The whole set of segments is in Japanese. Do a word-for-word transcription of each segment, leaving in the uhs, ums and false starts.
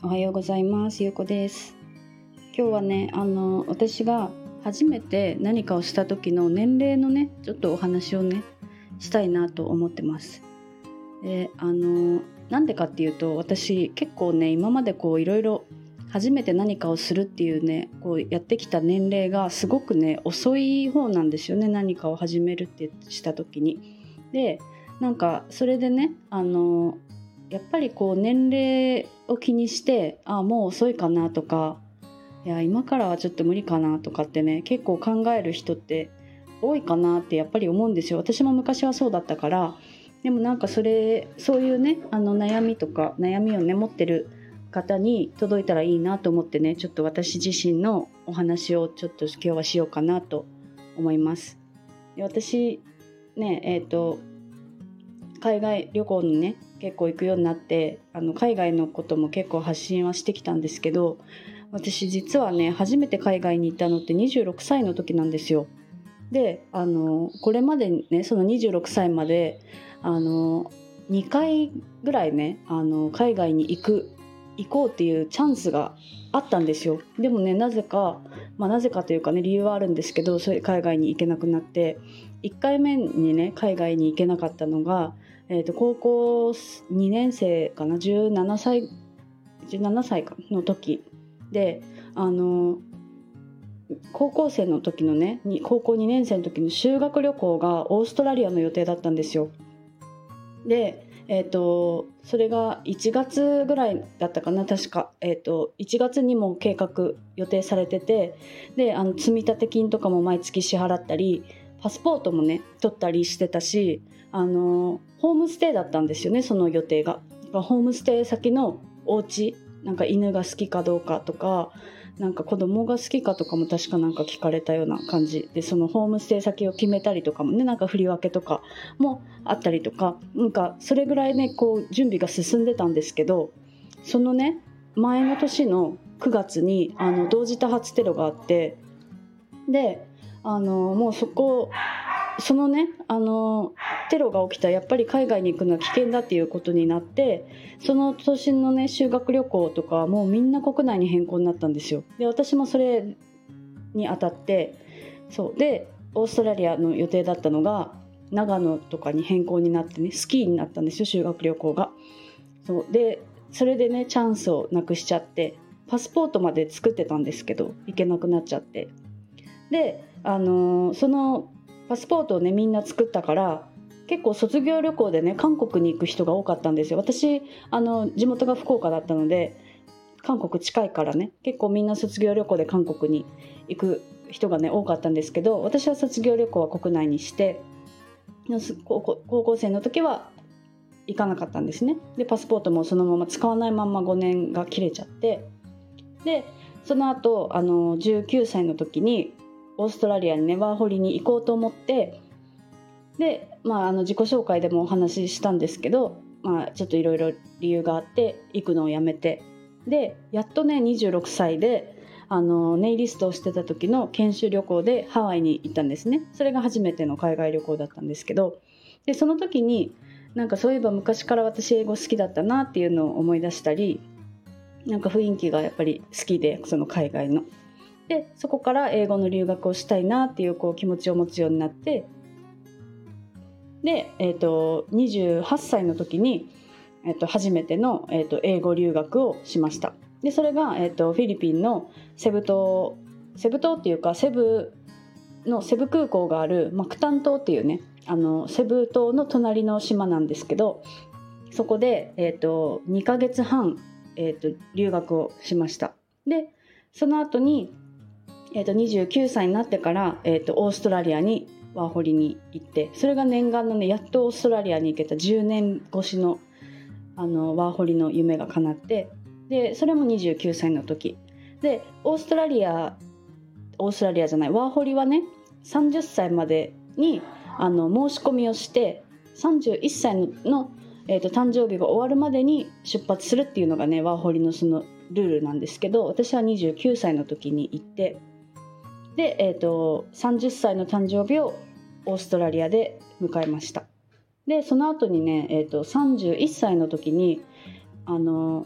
おはようございます。ゆうこです。今日はね、あの私が初めて何かをした時の年齢のね、ちょっとお話をねしたいなと思ってます。で、あのなんでかっていうと、私結構ね、今までこういろいろ初めて何かをするっていうね、こうやってきた年齢がすごくね遅い方なんですよね。何かを始めるってした時に。で、なんかそれでね、あのやっぱりこう年齢を気にして、あ、もう遅いかなとか、いや今からはちょっと無理かなとかってね、結構考える人って多いかなってやっぱり思うんですよ。私も昔はそうだったから。でもなんかそれそういうね、あの悩みとか悩みをね持ってる方に届いたらいいなと思ってね、ちょっと私自身のお話をちょっと今日はしようかなと思います。で、私ね、えっと海外旅行にね結構行くようになって、あの海外のことも結構発信はしてきたんですけど、私実はね初めて海外に行ったのってにじゅうろくさいの時なんですよ。で、あのこれまでね、そのにじゅうろくさいまであのにかいぐらいね、あの海外に行く行こうっていうチャンスがあったんですよ。でもね、なぜか、まあ、なぜかというかね、理由はあるんですけど、それ海外に行けなくなって、いっかいめにね海外に行けなかったのが、えーと高校にねん生かな、じゅうななさいじゅうななさいの時で、あの高校生の時のね、高校にねん生の時の修学旅行がオーストラリアの予定だったんですよ。で、えーとそれがいちがつぐらいだったかな、確か、えーといちがつにも計画予定されてて、で、あの積立金とかも毎月支払ったり、パスポートもね取ったりしてたし、あのホームステイだったんですよね、その予定が。ホームステイ先のお家、なんか犬が好きかどうかとか、なんか子供が好きかとかも確かなんか聞かれたような感じで、そのホームステイ先を決めたりとかもね、なんか振り分けとかもあったりとか、なんかそれぐらいねこう準備が進んでたんですけど、そのね前の年のくがつにあの同時多発テロがあって、で、あのもうそこそのね、あのテロが起きたらやっぱり海外に行くのは危険だっていうことになって、その年のね修学旅行とかもうみんな国内に変更になったんですよ。で、私もそれにあたって、そうでオーストラリアの予定だったのが長野とかに変更になってね、スキーになったんですよ、修学旅行が。そうで、それでねチャンスをなくしちゃって、パスポートまで作ってたんですけど行けなくなっちゃって、で、あのそのパスポートをねみんな作ったから、結構卒業旅行でね韓国に行く人が多かったんですよ。私あの地元が福岡だったので、韓国近いからね、結構みんな卒業旅行で韓国に行く人がね多かったんですけど、私は卒業旅行は国内にして、高校、高校生の時は行かなかったんですね。で、パスポートもそのまま使わないままごねんが切れちゃって、でその後あのじゅうきゅうさいの時にオーストラリアにねワーホリに行こうと思って、で、まあ、あの自己紹介でもお話ししたんですけど、まあ、ちょっといろいろ理由があって行くのをやめて、でやっとねにじゅうろくさいであのネイリストをしてた時の研修旅行でハワイに行ったんですね。それが初めての海外旅行だったんですけど、でその時になんかそういえば昔から私英語好きだったなっていうのを思い出したり、なんか雰囲気がやっぱり好きで、その海外ので、そこから英語の留学をしたいなっていう、こう気持ちを持つようになって、で、えー、とにじゅうはっさいの時に、えー、と初めての、えー、と英語留学をしました。でそれが、えー、とフィリピンのセブ島セブ島っていうかセブのセブ空港があるマクタン島っていうね、あのセブ島の隣の島なんですけど、そこで、えー、とにかげつはん、えー、と留学をしました。でその後に、えー、とにじゅうきゅうさいになってから、えー、とオーストラリアにワーホリに行って、それが念願のね、やっとオーストラリアに行けたじゅうねん越しの、あのワーホリの夢が叶って、でそれもにじゅうきゅうさいの時で、オーストラリアオーストラリアじゃないワーホリはねさんじゅっさいまでにあの申し込みをして、さんじゅういっさいの、えー、と誕生日が終わるまでに出発するっていうのがねワーホリのそのルールなんですけど、私はにじゅうきゅうさいの時に行って、で、えー、とさんじゅっさいの誕生日をオーストラリアで迎えました。でその後にね、えー、とさんじゅういっさいの時にあの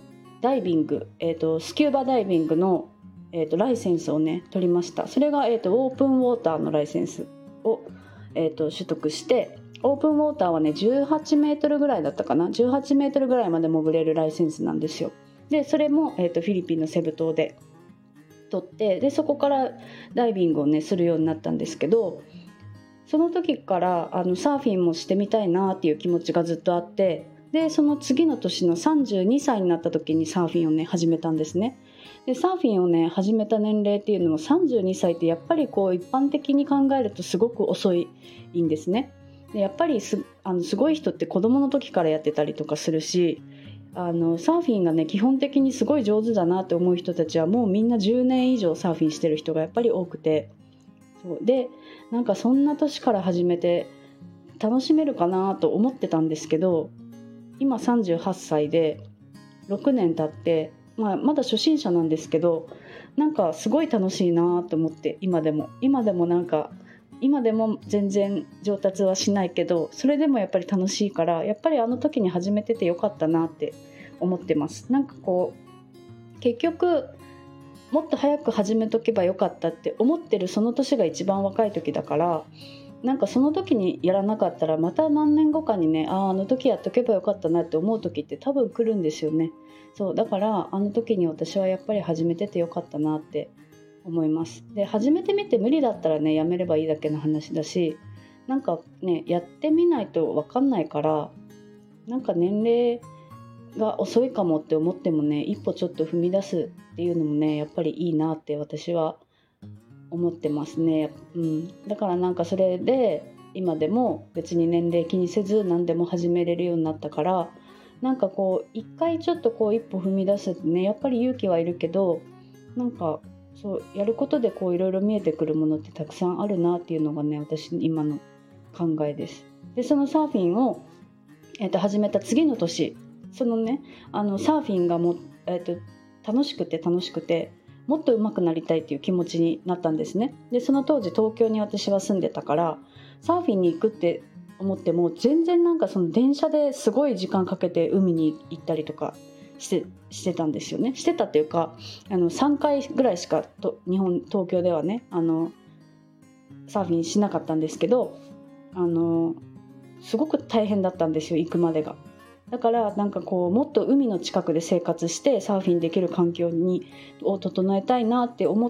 ダイビング、えーと、スキューバダイビングの、えーと、ライセンスをね取りました。それが、えーと、オープンウォーターのライセンスを、えーと、取得して、オープンウォーターはねじゅうはちメートルぐらいだったかな、じゅうはちメートルぐらいまで潜れるライセンスなんですよ。でそれも、えーと、フィリピンのセブ島で取って、でそこからダイビングをねするようになったんですけど、その時からあのサーフィンもしてみたいなっていう気持ちがずっとあって、でその次の年のさんじゅうにさいになった時にサーフィンをね始めたんですね。でサーフィンをね始めた年齢っていうのもさんじゅうにさいってやっぱりこう一般的に考えるとすごく遅いんですね。でやっぱり す, あのすごい人って子供の時からやってたりとかするし、あのサーフィンがね基本的にすごい上手だなって思う人たちはもうみんなじゅうねん以上サーフィンしてる人がやっぱり多くて、そうでなんかそんな年から始めて楽しめるかなと思ってたんですけど、今さんじゅうはっさいでろくねん経って、まあ、まだ初心者なんですけど、なんかすごい楽しいなと思って、今でも今でもなんか今でも全然上達はしないけど、それでもやっぱり楽しいから、やっぱりあの時に始めててよかったなって思ってます。なんかこう結局もっと早く始めとけばよかったって思ってるその年が一番若い時だから、なんかその時にやらなかったらまた何年後かにね、あああの時やっとけばよかったなって思う時って多分来るんですよね。そうだからあの時に私はやっぱり始めててよかったなって思います。で始めてみて無理だったらねやめればいいだけの話だし、なんかねやってみないと分かんないから、なんか年齢が遅いかもって思ってもね一歩ちょっと踏み出すっていうのもねやっぱりいいなって私は思ってますね、うん、だからなんかそれで今でも別に年齢気にせず何でも始めれるようになったから、なんかこう一回ちょっとこう一歩踏み出すってねやっぱり勇気はいるけど、なんかそうやることでこういろいろ見えてくるものってたくさんあるなっていうのがね私今の考えです。でそのサーフィンを、えー、と始めた次の年、そのねあのサーフィンがも、えー、と楽しくて楽しくてもっと上手くなりたいっていう気持ちになったんですね。でその当時東京に私は住んでたから、サーフィンに行くって思っても全然なんかその電車ですごい時間かけて海に行ったりとかしてしてたんですよね。してたっていうかあのさんかいぐらいしかと日本東京ではねあのサーフィンしなかったんですけど、あのすごく大変だったんですよ行くまでが。だからなんかこうもっと海の近くで生活してサーフィンできる環境にを整えたいなって思って、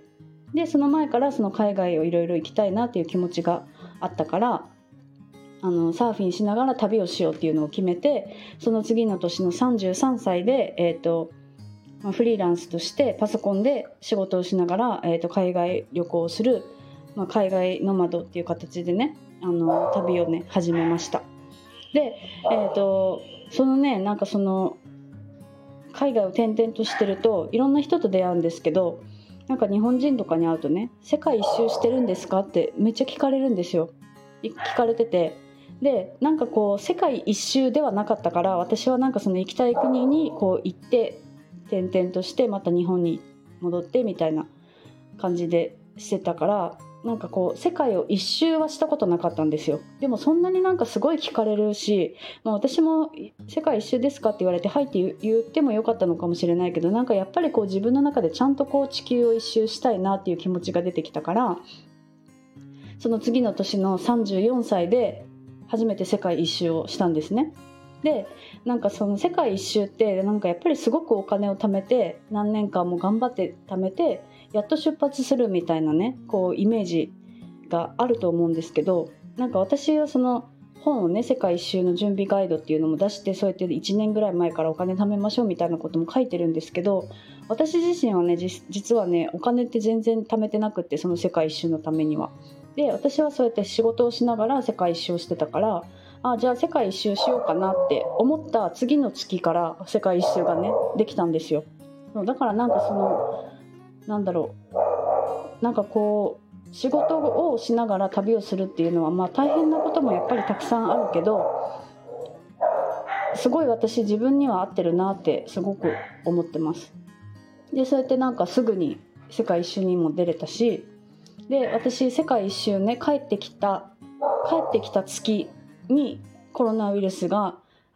でその前からその海外をいろいろ行きたいなっていう気持ちがあったから、あのサーフィンしながら旅をしようっていうのを決めて、その次の年のさんじゅうさんさいで、えーとまあ、フリーランスとしてパソコンで仕事をしながら、えーと海外旅行をする、まあ、海外ノマドっていう形でねあの旅をね始めました。で、えーと、そのねなんかその海外を転々としてるといろんな人と出会うんですけど、なんか日本人とかに会うとね世界一周してるんですかってめっちゃ聞かれるんですよ。聞かれてて、でなんかこう世界一周ではなかったから、私はなんかその行きたい国にこう行って転々としてまた日本に戻ってみたいな感じでしてたから、なんかこう世界を一周はしたことなかったんですよ。でもそんなになんかすごい聞かれるし、まあ、私も世界一周ですかって言われてはいって言ってもよかったのかもしれないけど、なんかやっぱりこう自分の中でちゃんとこう地球を一周したいなっていう気持ちが出てきたから、その次の年のさんじゅうよんさいで初めて世界一周をしたんですね。でなんかその世界一周ってなんかやっぱりすごくお金を貯めて何年間も頑張って貯めてやっと出発するみたいなねこうイメージがあると思うんですけど、なんか私はその本をね世界一周の準備ガイドっていうのも出して、そうやっていちねんぐらい前からお金貯めましょうみたいなことも書いてるんですけど、私自身はね実はねお金って全然貯めてなくって、その世界一周のためには。で私はそうやって仕事をしながら世界一周をしてたから、あじゃあ世界一周しようかなって思った次の月から世界一周がねできたんですよ。だからなんかそのなんだろうなんかこう仕事をしながら旅をするっていうのはまあ大変なこともやっぱりたくさんあるけど、すごい私自分には合ってるなってすごく思ってます。でそうやってなんかすぐに世界一周にも出れたし、で私世界一周ね帰ってきた帰ってきた月にコロナウイルスが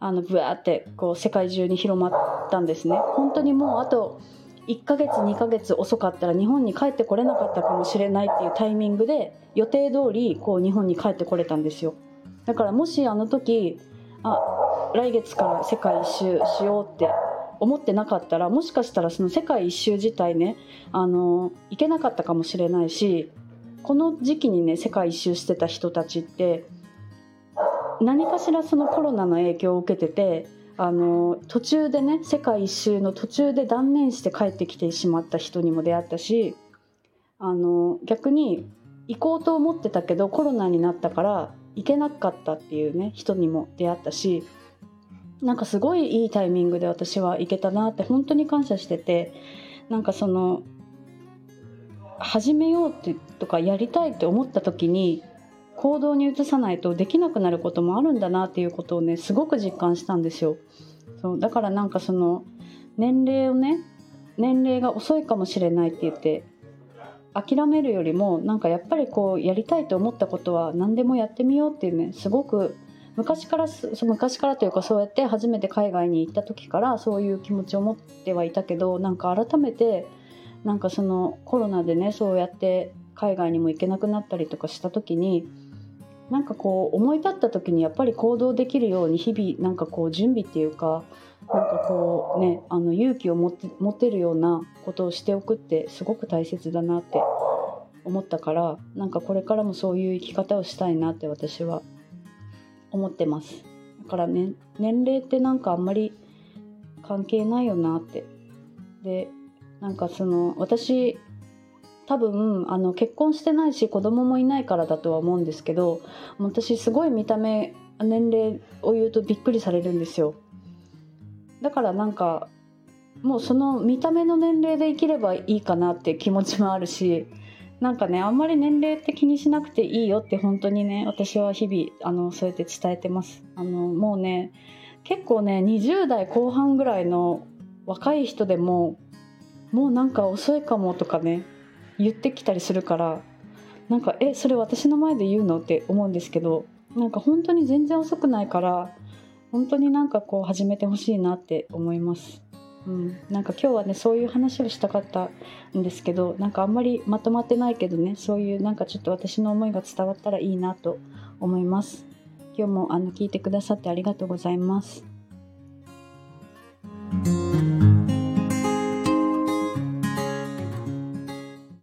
あのブワーってこう世界中に広まったんですね。本当にもうあといっかげつにかげつ遅かったら日本に帰ってこれなかったかもしれないっていうタイミングで予定通りこう日本に帰ってこれたんですよ。だからもしあの時あ来月から世界一周しようって思ってなかったら、もしかしたらその世界一周自体ねあの行けなかったかもしれないし、この時期にね世界一周してた人たちって何かしらそのコロナの影響を受けてて、あの途中でね世界一周の途中で断念して帰ってきてしまった人にも出会ったし、あの逆に行こうと思ってたけどコロナになったから行けなかったっていうね人にも出会ったし、なんかすごいいいタイミングで私は行けたなって本当に感謝してて、なんかその始めようってとかやりたいって思った時に行動に移さないとできなくなることもあるんだなっていうことをねすごく実感したんですよ。そうだからなんかその年齢をね年齢が遅いかもしれないって言って諦めるよりも、なんかやっぱりこうやりたいと思ったことは何でもやってみようっていうね、すごく昔からそ昔からというかそうやって初めて海外に行った時からそういう気持ちを持ってはいたけど、なんか改めてなんかそのコロナでねそうやって海外にも行けなくなったりとかした時に、なんかこう思い立った時にやっぱり行動できるように日々なんかこう準備っていうか、なんかこうねあの勇気を持って持てるようなことをしておくってすごく大切だなって思ったから、なんかこれからもそういう生き方をしたいなって私は思ってます。だからね年齢ってなんかあんまり関係ないよなって。でなんかその私多分あの結婚してないし子供もいないからだとは思うんですけど、私すごい見た目年齢を言うとびっくりされるんですよ。だからなんかもうその見た目の年齢で生きればいいかなって気持ちもあるし、なんかねあんまり年齢って気にしなくていいよって本当にね私は日々あのそうやって伝えてます。あのもうね結構ねにじゅう代後半ぐらいの若い人でももうなんか遅いかもとかね言ってきたりするから、なんかえそれ私の前で言うのって思うんですけど、なんか本当に全然遅くないから本当になんかこう始めてほしいなって思います。うん、なんか今日はねそういう話をしたかったんですけど、なんかあんまりまとまってないけどね、そういうなんかちょっと私の思いが伝わったらいいなと思います。今日もあの聞いてくださってありがとうございます。